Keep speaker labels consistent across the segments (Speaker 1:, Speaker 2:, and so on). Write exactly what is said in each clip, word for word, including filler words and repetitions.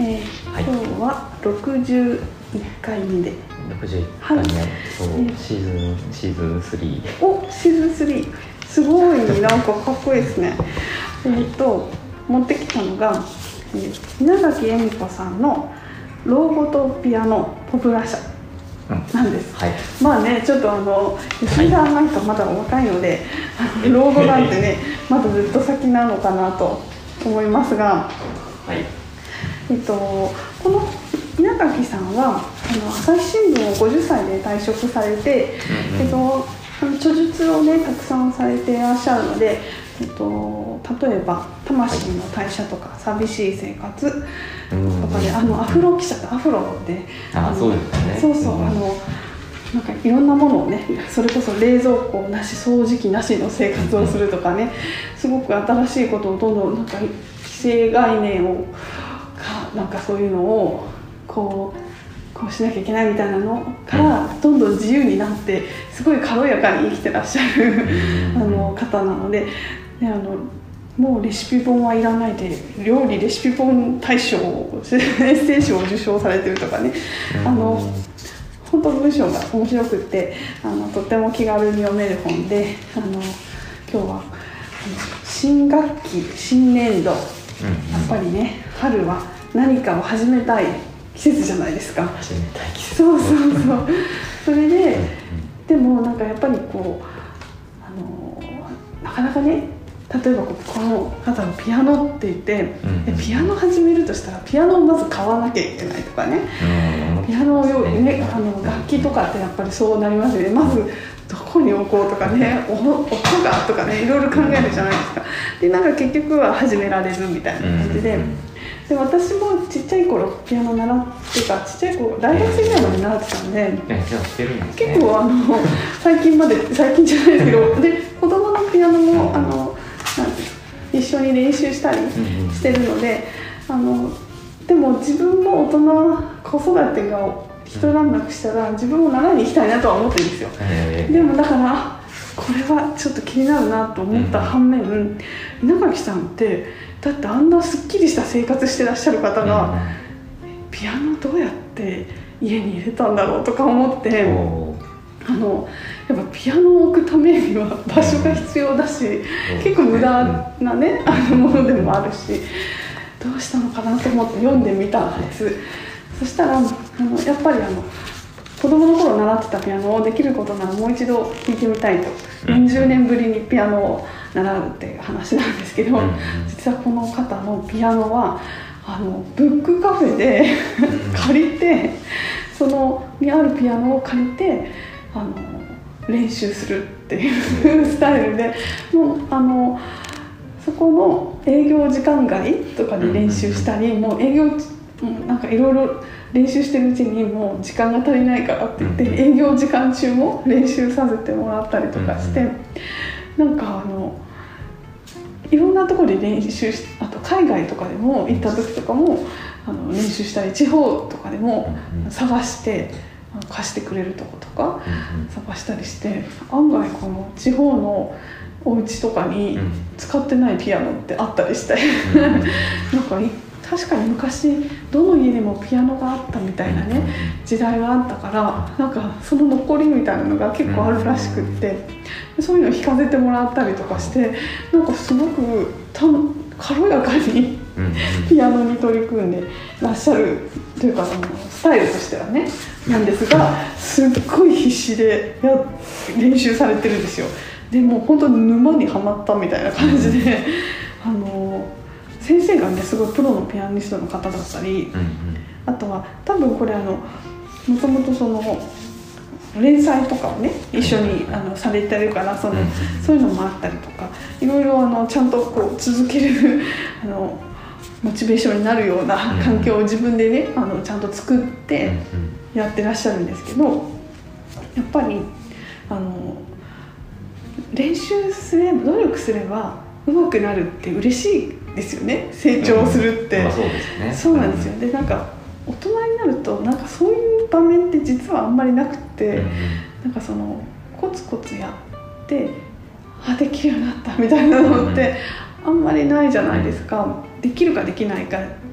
Speaker 1: えーはい、今日はろくじゅういっかいめで
Speaker 2: ろくじゅういっかいめ、はい、そう、えー、シーズンシーズンスリー
Speaker 1: おシーズンスリーすごいなんかかっこいいですねえっと持ってきたのが、えー、稲垣恵美子さんの老後とピアノポプラ社なんです、うんはい、まあねちょっとあの吉田なんかまだお若いので、はい、老後なんてねまだずっと先なのかなと思いますが、はいえっと、この稲垣さんはあの朝日新聞をごじゅっさいで退職されて、うんうんえっと、著述をねたくさんされていらっしゃるので、えっと、例えば「魂の代謝」とか「寂しい生活」とかで、あのアフロ記者とアフロで
Speaker 2: あそうですね
Speaker 1: そうそう、うん、あのなんかいろんなものをねそれこそ冷蔵庫なし掃除機なしの生活をするとかねすごく新しいことをどんどんなんか既成概念をなんかそういうのをこう、こうしなきゃいけないみたいなのからどんどん自由になってすごい軽やかに生きてらっしゃるあの方なので、であのもうレシピ本はいらないで料理レシピ本大賞エッセイ賞を受賞されてるとかねあの本当文章が面白くってあのとっても気軽に読める本であの今日はあの新学期新年度やっぱりね春は何かを始めたい季節じゃないですか。
Speaker 2: 始めたい季節。
Speaker 1: そうそうそう。それで、でもなんかやっぱりこうあのなかなかね、例えばこの方のピアノって言って、うん、ピアノ始めるとしたらピアノをまず買わなきゃいけないとかね。うん、ピアノをねあの楽器とかってやっぱりそうなりますよね。まずどこに置こうとかね、音がとかねいろいろ考えるじゃないですか。でなんか結局は始められるみたいな感じで。うんで私もちっちゃい頃ピアノ習っていうかちっちゃい頃大学生ぐらいまで習ってたんで、結構あの最近まで最近じゃないですけどで子供のピアノもあのなん一緒に練習したりしてるので、あのでも自分も大人子育てが一段落したら自分も習いに行きたいなとは思ってるんですよ。でもだからこれはちょっと気になるなと思った反面、うん、稲垣さんってだってあんなすっきりした生活してらっしゃる方が、うん、ピアノどうやって家に入れたんだろうとか思ってあのやっぱピアノを置くためには場所が必要だし、うん、結構無駄なね、うん、あのものでもあるしどうしたのかなと思って読んでみたんです。そしたらあのやっぱりあの子供の頃習ってたピアノをできることならもう一度弾いてみたいと、よんじゅうねんぶりにピアノを習うっていう話なんですけど、うん、実はこの方のピアノはあのブックカフェで借りてそのにあるピアノを借りてあの練習するっていうスタイルでもうあのそこの営業時間外とかで練習したり、もう営業なんかいろいろ練習してるうちにもう時間が足りないからって言って営業時間中も練習させてもらったりとかして、なんかあのいろんなところで練習しあと海外とかでも行った時とかもあの練習したり地方とかでも探して貸してくれるとことか探したりして、案外この地方のお家とかに使ってないピアノってあったりしてなんか確かに昔どの家でもピアノがあったみたいなね時代があったから、なんかその残りみたいなのが結構あるらしくって、そういうのを弾かせてもらったりとかして、なんかすごくた軽やかにピアノに取り組んでらっしゃるというか、そのスタイルとしてはねなんですが、すっごい必死でや練習されてるんですよ。でも本当に沼にはまったみたいな感じであの先生がねすごいプロのピアニストの方だったり、うんうん、あとは多分これあのもともとその連載とかをね一緒にあのされてるからその、うんうん、そういうのもあったりとかいろいろあのちゃんとこう続けるあのモチベーションになるような環境を自分でねあのちゃんと作ってやってらっしゃるんですけど、やっぱりあの練習すれば努力すれば上手くなるって嬉しいですよね、成長するって、うんまあ、そうですね、そうなんですよ。でなんか大人になるとなんかそういう場面って実はあんまりなくて、うん、なんかそのコツコツやってあできるようになったみたいなのってあんまりないじゃないですか。できるかできないか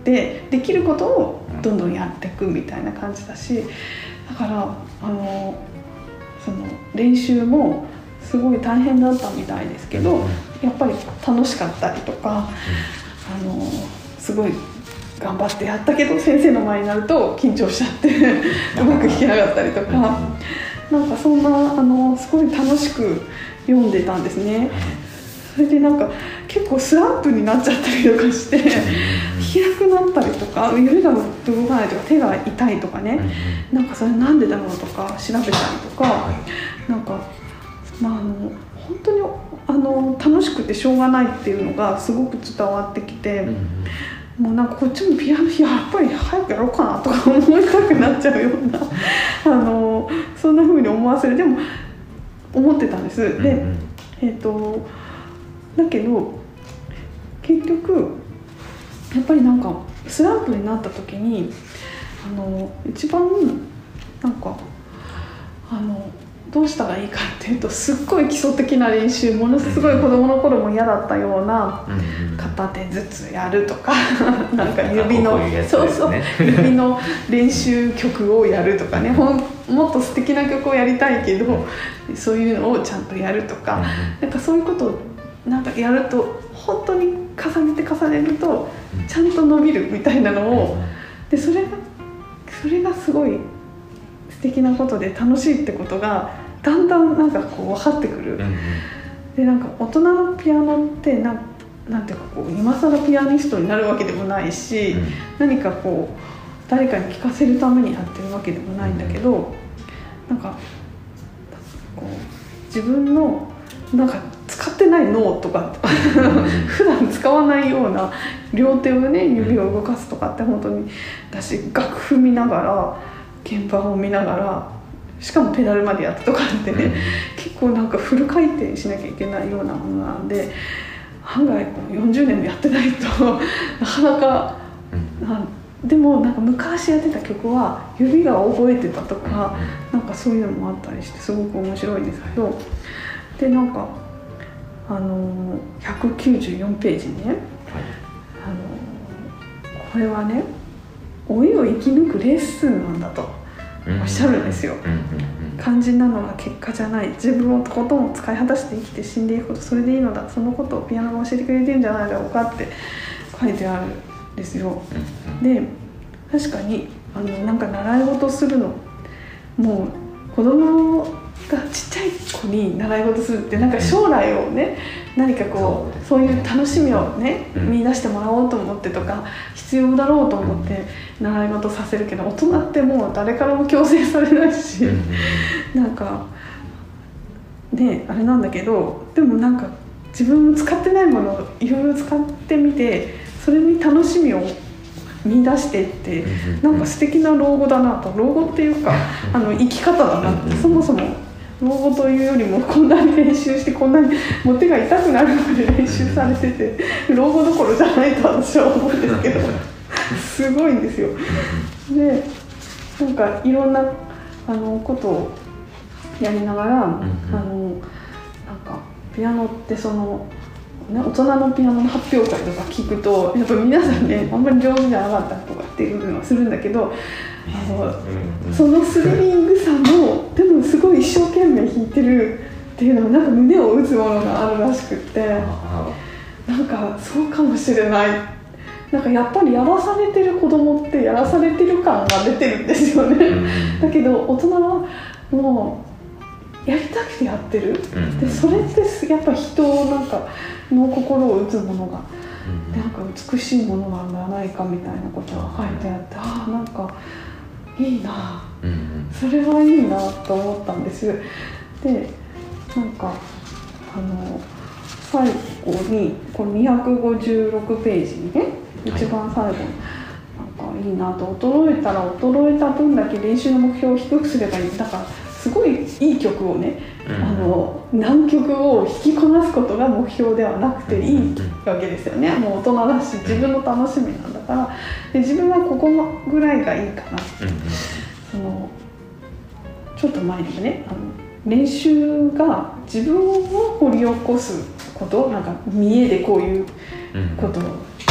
Speaker 1: てできることをどんどんやっていくみたいな感じだし、だからあのその練習もすごい大変だったみたいですけど、やっぱり楽しかったりとか、あのすごい頑張ってやったけど先生の前になると緊張しちゃってうまく弾けなかったりとか、なんかそんなあのすごい楽しく読んでたんですね。それでなんか結構スランプになっちゃったりとかして弾けなくなったりとか、指が動かないとか手が痛いとかね、なんかそれなんでだろうとか調べたりとか、なんかまああの本当にあの楽しくてしょうがないっていうのがすごく伝わってきて、もうなんかこっちもピアノやっぱり早くやろうかなとか思いたくなっちゃうようなあのそんな風に思わせるでも思ってたんです。で、えーとだけど結局やっぱりなんかスランプになった時にあの一番なんかあのどうしたらいいかっていうと、すっごい基礎的な練習、ものすごい子供の頃も嫌だったような片手ずつやるとかなんか指のそうそう指の練習曲をやるとかね、ほんもっと素敵な曲をやりたいけどそういうのをちゃんとやるとか、なんかそういうことをなんかやると本当に重ねて重ねるとちゃんと伸びるみたいなのを、でそれがそれがすごい素敵なことで楽しいってことがだんだんなんかこう分かってくる。でなんか大人のピアノってな ん, なんていうかこう今更ピアニストになるわけでもないし、何かこう誰かに聴かせるためにやってるわけでもないんだけど、なんかこう自分のなんか使ってない脳とか普段使わないような両手をね指を動かすとかって本当にだし、楽譜見ながら鍵盤を見ながらしかもペダルまでやってとかってね、結構なんかフル回転しなきゃいけないようなものなんで、案外こうよんじゅうねんもやってないとなかなか、うん、でもなんか昔やってた曲は指が覚えてたとか、なんかそういうのもあったりしてすごく面白いんですけど、でなんかあのひゃくきゅうじゅうよんページにね、はい、あのこれはね老いを生き抜くレッスンなんだとおっしゃるんですよ。肝心なのは結果じゃない、自分をとことん使い果たして生きて死んでいくこと、それでいいのだ、そのことをピアノが教えてくれてるんじゃないだろうかって書いてあるんですよ。で確かにあのなんか習い事するのもう子供がちっちゃい子に習い事するってなんか将来をね何かこうそういう楽しみをね見出してもらおうと思ってとか必要だろうと思って習い事させるけど、大人ってもう誰からも強制されないしなんかねあれなんだけど、でもなんか自分使ってないものをいろいろ使ってみてそれに楽しみを見出してってなんか素敵な老後だなと、老後っていうかあの生き方だなって、そもそも老後というよりもこんなに練習してこんなにもう手が痛くなるまで練習されてて老後どころじゃないと私は思うんですけどすごいんですよ。でなんかいろんなあのことをやりながら、あのなんかピアノってそのね、大人のピアノの発表会とか聞くとやっぱり皆さんねあんまり上手じゃなかったとかっていうのはするんだけど、あのそのスリリングさもでもすごい一生懸命弾いてるっていうのはなんか胸を打つものがあるらしくって、なんかそうかもしれない、なんかやっぱりやらされてる子供ってやらされてる感が出てるんですよね。だけど大人はもうやりたくてやってる、でそれってやっぱ人をなんかの心を打つものが、うん、なんか美しいものなんじゃないかみたいなことが書いてあって、ああなんかいいな、うん、それはいいなと思ったんです。でなんかあの最後にこのにひゃくごじゅうろくページにね、一番最後に、はい、なんかいいなと、衰えたら衰えた分だけ練習の目標を低くすればいい、だからすごいいい曲をね、うん、あの難曲を弾きこなすことが目標ではなくていいわけですよね。もう大人だし自分の楽しみなんだから、で自分はここぐらいがいいかな、うん、そのちょっと前にもねあの練習が自分を掘り起こすこと、なんか見栄でこういうことを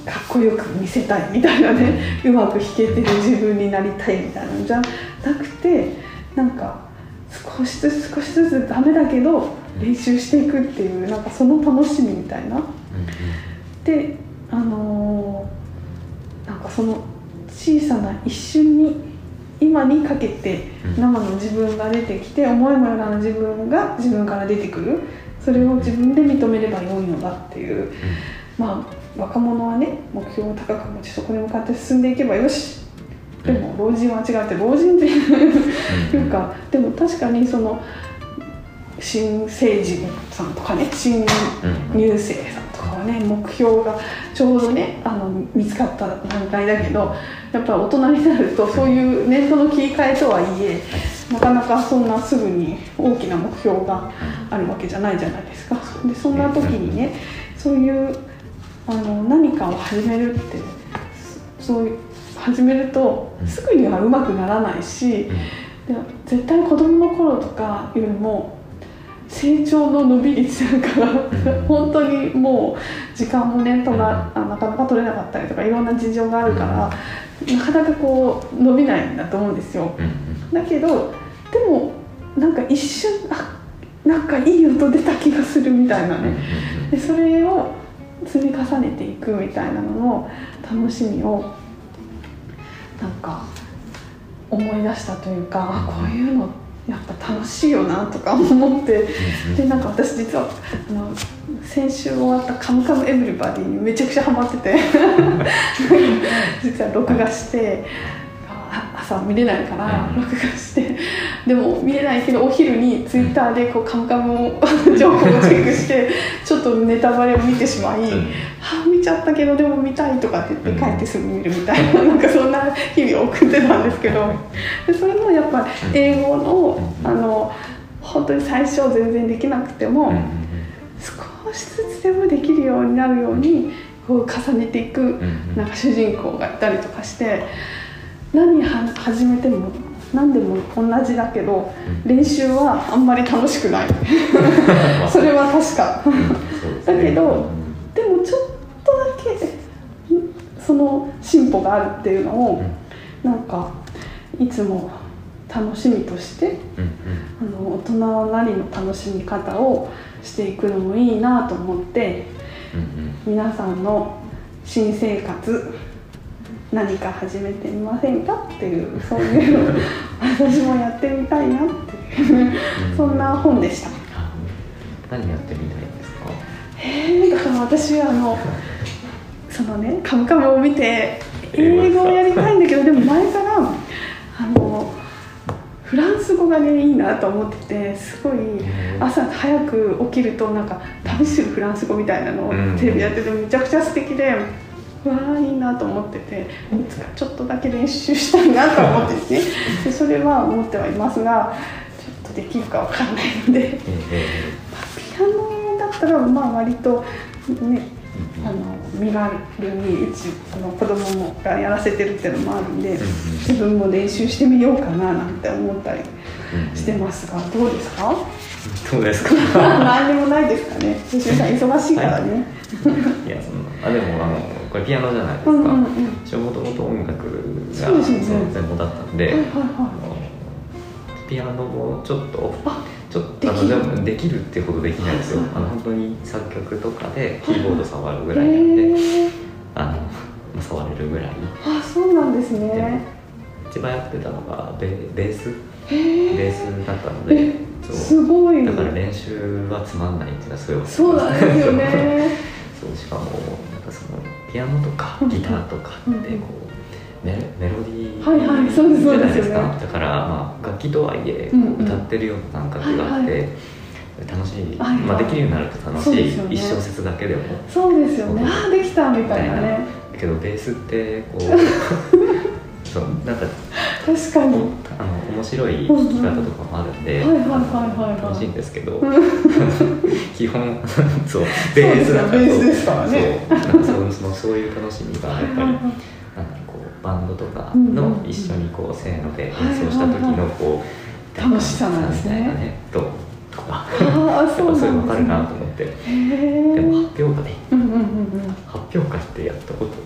Speaker 1: かっこよく見せたいみたいなね、うまく弾けてる自分になりたいみたいなのじゃなくて、なんか少しずつ少しずつダメだけど練習していくっていう、なんかその楽しみみたいな。で、あのー、なんかその小さな一瞬に今にかけて生の自分が出てきて、思いもよらぬ自分が自分から出てくる、それを自分で認めれば良いのだっていう、まあ若者はね目標を高く持ちそこに向かって進んでいけばよし、でも老人は違って老人っていうか、でも確かにその新成人さんとかね、新入生さんとかはね、目標がちょうどねあの見つかった段階だけど、やっぱり大人になるとそういう年度の切り替えとはいえ、なかなかそんなすぐに大きな目標があるわけじゃないじゃないですか。でそんな時にね、そういうあの何かを始めるって、そういう始めるとすぐにはうまくならないし、で絶対子供の頃とかよりも成長の伸び率なんかが本当にもう時間もねとな、なかなか取れなかったりとかいろんな事情があるから、なかなかこう伸びないんだと思うんですよ。だけどでもなんか一瞬、あ、なんかいい音出た気がするみたいなね、でそれを積み重ねていくみたいなのの楽しみをなんか思い出したというか、あ、こういうのやっぱ楽しいよなとか思って、でなんか私実はあの先週終わった「カムカムエヴリバディ」にめちゃくちゃハマってて実は録画して朝見れないから録画して、でも見れないけどお昼にツイッターでこうカムカム情報をチェックしてちょっとネタバレを見てしまい、はあ見ちゃったけどでも見たいとかって言って帰ってすぐ見るみたいな、なんかそんな日々を送ってたんですけど、でそれもやっぱ英語のあの本当に最初全然できなくても少しずつでもできるようになるようにこう重ねていくなんか主人公がいたりとかして、何始めても何でも同じだけど、うん、練習はあんまり楽しくないそれは確かだけど、うん、でもちょっとだけその進歩があるっていうのを、うん、なんかいつも楽しみとして、うんうん、あの大人なりの楽しみ方をしていくのもいいなと思って、うんうん、皆さんの新生活何か始めてみませんかっていう、そういうの私もやってみたいなっていうそんな本でした。
Speaker 2: 何やってみたいですか？
Speaker 1: えー、だから私はあのそのねカムカムを見て英語をやりたいんだけど、でも前からあのフランス語がねいいなと思ってて、すごい朝早く起きるとなんか旅するフランス語みたいなのをテレビやっててめちゃくちゃ素敵で、うわーいいなと思ってて、いつかちょっとだけ練習したいなと思ってですねでそれは思ってはいますが、ちょっとできるかわからないので、ピアノだったらまあ割とね、あの身軽にうちあの子供もがやらせてるっていうのもあるんで、自分も練習してみようかななんて思ったりしてますが、どうですか？
Speaker 2: どうですか？
Speaker 1: 何でもないですかね。吉井さん忙しいからね。
Speaker 2: いや、そのあでもあのこれピアノじゃないですか。私はもともと音楽がその専門だったんで、ピアノもちょっとちょっとあのでもできるっていうほどできないですよ。あの本当に作曲とかでキーボード触るぐらいなんで、あの触れるぐらい。
Speaker 1: あ、そうなんですね。
Speaker 2: 一番やってたのがベベースベースだったので、そう
Speaker 1: すごい。
Speaker 2: だから練習はつまんないっていうのはすごい。
Speaker 1: そうなんですよね。
Speaker 2: そうしかもなんかそのピアノとかギターとかってこうメメロディーじゃないですか。だからまあ楽器とはいえ歌ってるような感覚があって楽しい、まあできるようになると楽しい、一小節だけでも
Speaker 1: そうですよね。ああできたみたいなね。
Speaker 2: だけどベースってこうそうなんか
Speaker 1: 確かに
Speaker 2: あの面白い弾き方とかもあるんで楽しいんですけど、基本そうベースだからそうそうそういう楽しみがやっぱりなんかこうバンドとかの一緒にこうせーので演奏した時のこう
Speaker 1: 楽しさなんですね。
Speaker 2: ととかそういうの分かるなと思って。でも発表会発表会ってやったこと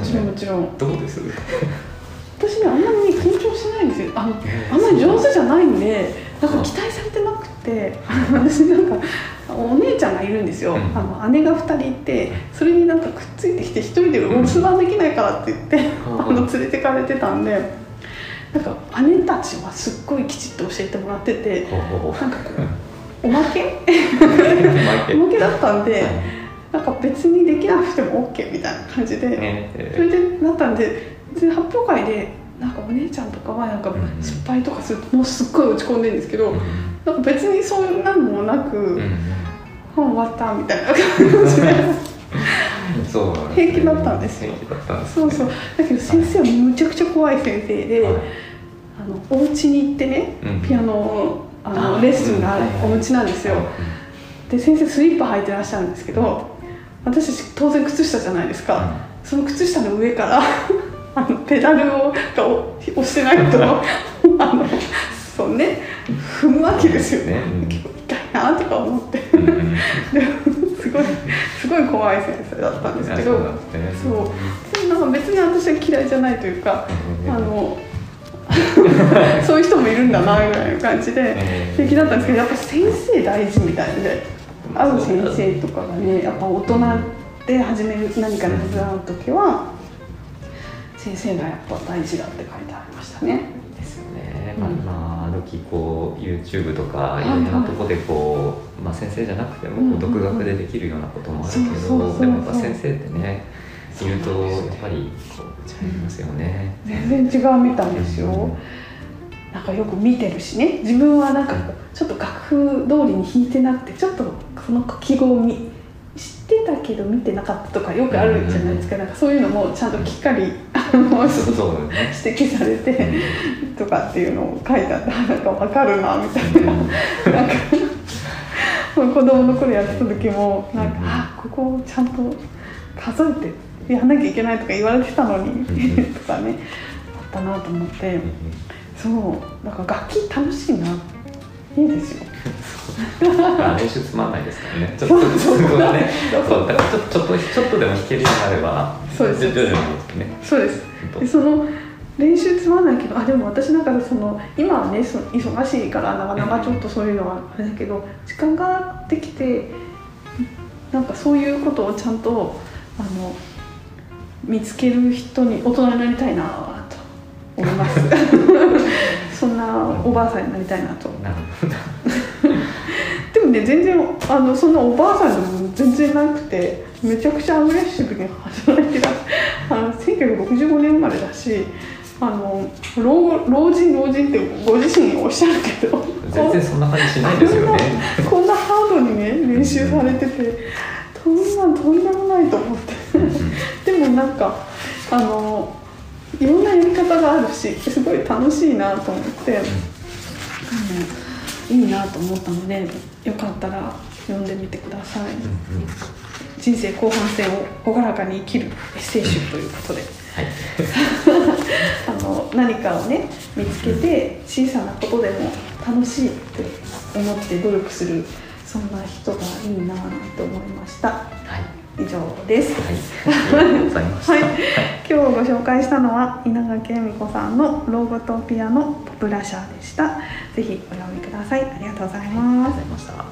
Speaker 1: ちろんもちろん。
Speaker 2: どうです？
Speaker 1: 私ねあんまり緊張しないんですよ。あのあんまり上手じゃないんで、なんか期待されてなくて、私なんかお姉ちゃんがいるんですよ。あの姉がふたりいて、それになんかくっついてきて一人で留守番できないからって言って、あの連れてかれてたんで、なんか姉たちはすっごいきちっと教えてもらってて、なんかこうおまけおまけだったんで、なんか別にできなくても OK みたいな感じで、それでなったんで。発表会でなんかお姉ちゃんとかはなんか失敗とかするともうすっごい落ち込んでるんですけど、なんか別にそんなのもなく、本終わったみたいな感じで平気だったんですよ。そうそう。だけど先生はむちゃくちゃ怖い先生で、あのお家に行ってね、ピアノあのレッスンがあるお家なんですよ。で先生スリッパ履いてらっしゃるんですけど、私たち当然靴下じゃないですか。その靴下の上からあのペダルを押してないとあのそうね踏むわけですよね。結構痛いなとか思ってですごいすごい怖い先生だったんですけど、そうなんか別に私は嫌いじゃないというか、あのそういう人もいるんだなぐらいの感じで平気だったんですけど、やっぱ先生大事みたいで、会う先生とかがねやっぱ大人で始める何かで手伝う時は先生がやっぱ大事だって書いてありましたね。
Speaker 2: ですよね。まあ、今あの時こう YouTube とかいろんなところでこう、まあ、先生じゃなくても独学でできるようなこともあるけど、でもやっぱ先生ってねいるとやっぱりこう違いますよね。
Speaker 1: 全然違うみたいですよ。うん、なんかよく見てるしね、自分はなんかちょっと楽譜通りに弾いてなくてちょっとその記号を見知ってたけど見てなかったとかよくあるじゃないですか。なんかそういうのもちゃんときっかり指摘されてとかっていうのを書いてあって、なんか分かるなみたいな。なんか子供の頃やってた時もなんかあここをちゃんと数えてやんなきゃいけないとか言われてたのにとかねあったなと思って、そうだから楽器楽しいな、いいですよ。
Speaker 2: 練習つまんないですからね。ちょっとそこがね、そうだからちょっとちょっとちょっとでも弾けるようになれば、
Speaker 1: そうです。
Speaker 2: 徐々にね。
Speaker 1: そうです。でその練習つまんないけど、あでも私なんかその今はねその忙しいからなかなかちょっとそういうのはあれだけど、時間ができてなんかそういうことをちゃんとあの見つける人に大人になりたいなと思います。そんなおばあさんになりたいなと。
Speaker 2: なるほど。
Speaker 1: でもね全然あのそんなおばあさんでも全然なくて、めちゃくちゃアグレッシブに働いてた。あのせんきゅうひゃくろくじゅうごねん生まれだし、あの 老, 老人老人ってご自身おっしゃるけど
Speaker 2: 全然そんな感じしないですよね。
Speaker 1: こんなハードにね練習されてて、そんなんとんでもないと思って。でもなんかあのいろんなやり方があるしすごい楽しいなと思って、うん、いいなと思ったのでよかったら読んでみてください。うんうん、人生後半戦を朗らかに生きるエッセイ集ということで、はい、あの何かをね見つけて小さなことでも楽しいって思って努力する、そんな人がいいなと思いました。はい、以上です。
Speaker 2: はい、ありがとうございました。はい、
Speaker 1: 今日ご紹介したのは稲垣恵美子さんのロゴトピアのポプラ社でした。ぜひお読みください。ありがとうございます。
Speaker 2: ありがとうございました。